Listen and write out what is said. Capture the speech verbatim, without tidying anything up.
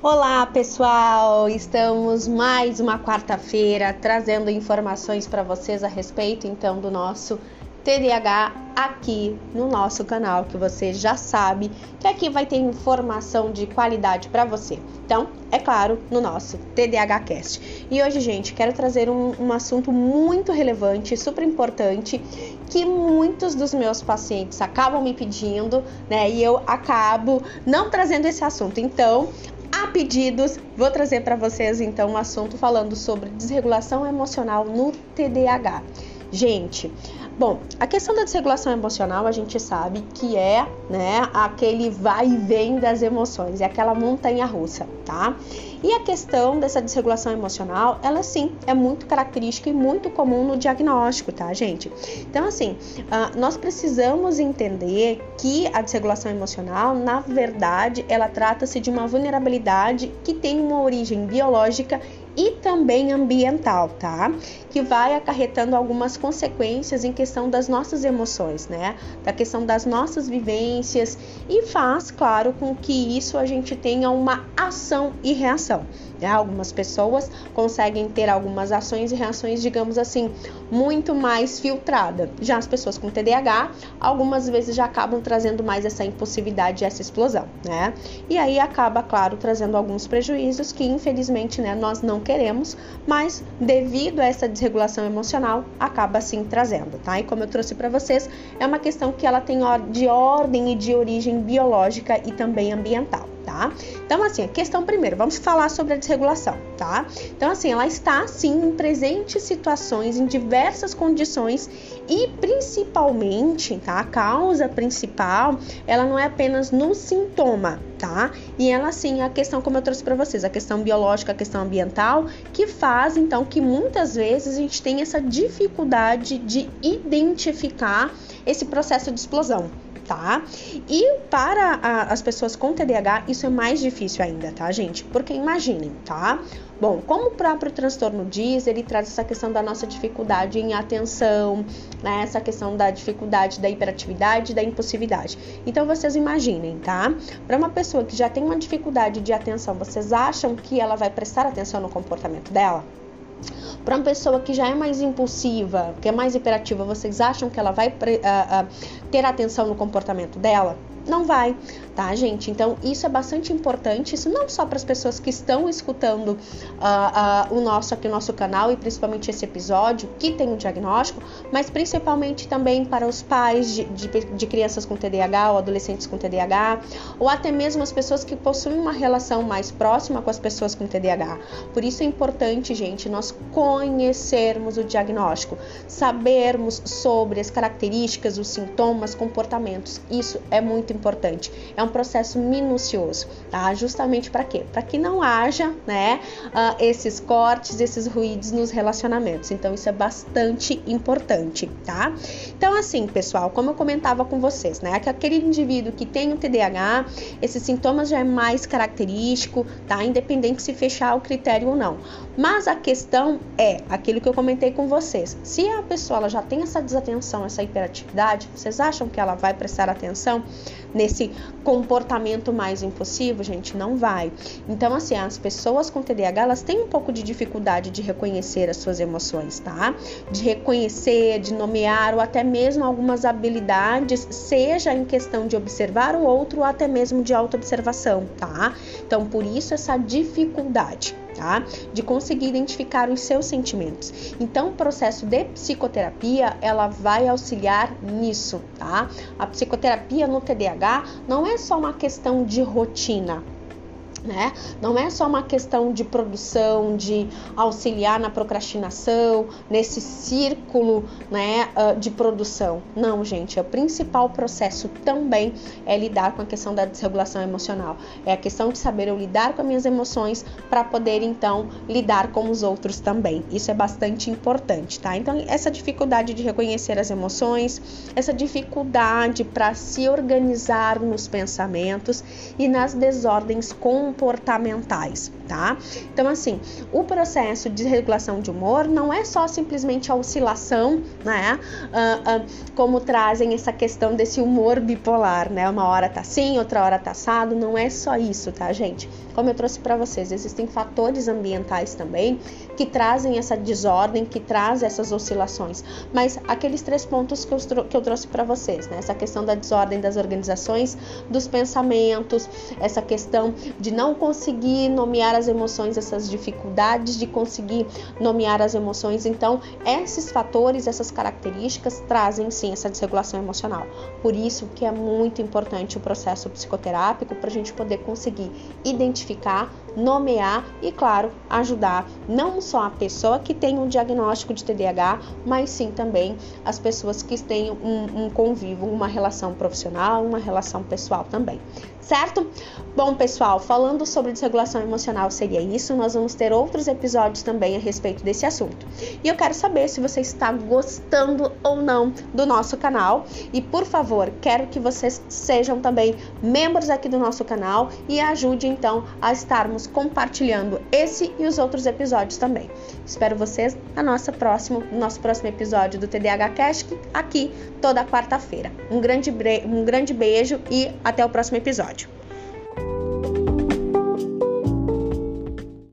Olá pessoal, estamos mais uma quarta-feira trazendo informações para vocês a respeito então do nosso T D A H aqui no nosso canal, que você já sabe que aqui vai ter informação de qualidade para você. Então, é claro, no nosso T D A H Cast. E hoje, gente, quero trazer um, um assunto muito relevante, super importante, que muitos dos meus pacientes acabam me pedindo, né? E eu acabo não trazendo esse assunto. Então, a pedidos, vou trazer para vocês então um assunto falando sobre desregulação emocional no T D A H. Gente, bom, a questão da desregulação emocional a gente sabe que é, né, aquele vai e vem das emoções, é aquela montanha-russa, tá? E a questão dessa desregulação emocional, ela sim, é muito característica e muito comum no diagnóstico, tá, gente? Então, assim, uh, nós precisamos entender que a desregulação emocional, na verdade, ela trata-se de uma vulnerabilidade que tem uma origem biológica e também ambiental, tá? Que vai acarretando algumas consequências em questão das nossas emoções, né? Da questão das nossas vivências e faz, claro, com que isso a gente tenha uma ação e reação, né? Algumas pessoas conseguem ter algumas ações e reações, digamos assim, muito mais filtrada. Já as pessoas com T D A H, algumas vezes já acabam trazendo mais essa impulsividade, essa explosão, né? E aí acaba, claro, trazendo alguns prejuízos que, infelizmente, né, nós não queremos, mas devido a essa desregulação emocional, acaba sim trazendo, tá? E como eu trouxe para vocês, é uma questão que ela tem de ordem e de origem biológica e também ambiental, tá? Então, assim, a questão primeiro, vamos falar sobre a desregulação, tá? Então, assim, ela está, sim, em presentes situações, em diversas condições e, principalmente, tá? A causa principal, ela não é apenas no sintoma, tá? E ela, sim, é a questão, como eu trouxe para vocês, a questão biológica, a questão ambiental, que faz, então, que muitas vezes a gente tem essa dificuldade de identificar esse processo de explosão, tá? E para a, as pessoas com T D A H, isso é mais difícil ainda, tá, gente? Porque imaginem, tá? Bom, como o próprio transtorno diz, ele traz essa questão da nossa dificuldade em atenção, né? Essa questão da dificuldade da hiperatividade, da impulsividade. Então, vocês imaginem, tá? Para uma pessoa que já tem uma dificuldade de atenção, vocês acham que ela vai prestar atenção no comportamento dela? Para uma pessoa que já é mais impulsiva, que é mais hiperativa, vocês acham que ela vai uh, uh, ter atenção no comportamento dela? Não vai, tá, gente? Então, isso é bastante importante, isso não só para as pessoas que estão escutando uh, uh, o nosso aqui, o nosso canal e principalmente esse episódio, que tem um diagnóstico, mas principalmente também para os pais de, de, de crianças com T D A H ou adolescentes com T D A H, ou até mesmo as pessoas que possuem uma relação mais próxima com as pessoas com T D A H. Por isso é importante, gente, nós conhecermos o diagnóstico, sabermos sobre as características, os sintomas, comportamentos. Isso é muito importante. É um processo minucioso, tá? Justamente para quê? Para que não haja, né, uh, esses cortes, esses ruídos nos relacionamentos. Então, isso é bastante importante, tá? Então, assim, pessoal, como eu comentava com vocês, né, que aquele indivíduo que tem o T D A H, esses sintomas já é mais característico, tá? Independente se fechar o critério ou não. Mas a questão é aquilo que eu comentei com vocês. Se a pessoa ela já tem essa desatenção, essa hiperatividade, vocês acham que ela vai prestar atenção nesse comportamento mais impulsivo? Gente, não vai. Então, assim, as pessoas com T D A H, elas têm um pouco de dificuldade de reconhecer as suas emoções, tá? De reconhecer, de nomear ou até mesmo algumas habilidades, seja em questão de observar o outro ou até mesmo de autoobservação, tá? Então, por isso essa dificuldade, tá? De conseguir identificar os seus sentimentos. Então, o processo de psicoterapia, ela vai auxiliar nisso, tá? A psicoterapia no T D A H não é só uma questão de rotina, né? Não é só uma questão de produção, de auxiliar na procrastinação, nesse círculo, né, de produção. Não, gente, o principal processo também é lidar com a questão da desregulação emocional. É a questão de saber eu lidar com as minhas emoções para poder, então, lidar com os outros também. Isso é bastante importante, tá? Então, essa dificuldade de reconhecer as emoções, essa dificuldade para se organizar nos pensamentos e nas desordens com comportamentais, tá? tá? Então, assim, o processo de regulação de humor não é só simplesmente a oscilação, né? Uh, uh, como trazem essa questão desse humor bipolar, né? Uma hora tá assim, outra hora tá assado, não é só isso, tá, gente? Como eu trouxe para vocês, existem fatores ambientais também que trazem essa desordem, que trazem essas oscilações, mas aqueles três pontos que eu, que eu trouxe para vocês, né? Essa questão da desordem das organizações, dos pensamentos, essa questão de não conseguir nomear as emoções, essas dificuldades de conseguir nomear as emoções. Então, esses fatores, essas características trazem sim essa desregulação emocional. Por isso que é muito importante o processo psicoterápico para a gente poder conseguir identificar, nomear e, claro, ajudar não só a pessoa que tem um diagnóstico de T D A H, mas sim também as pessoas que têm um, um convívio, uma relação profissional, uma relação pessoal também, certo? Bom, pessoal, falando sobre desregulação emocional seria isso. Nós vamos ter outros episódios também a respeito desse assunto. E eu quero saber se você está gostando ou não do nosso canal. E, por favor, quero que vocês sejam também membros aqui do nosso canal e ajude, então, a estarmos compartilhando esse e os outros episódios também. Espero vocês na nossa próxima, no nosso próximo episódio do T D A H Cast, aqui toda quarta-feira. Um grande, um grande beijo e até o próximo episódio.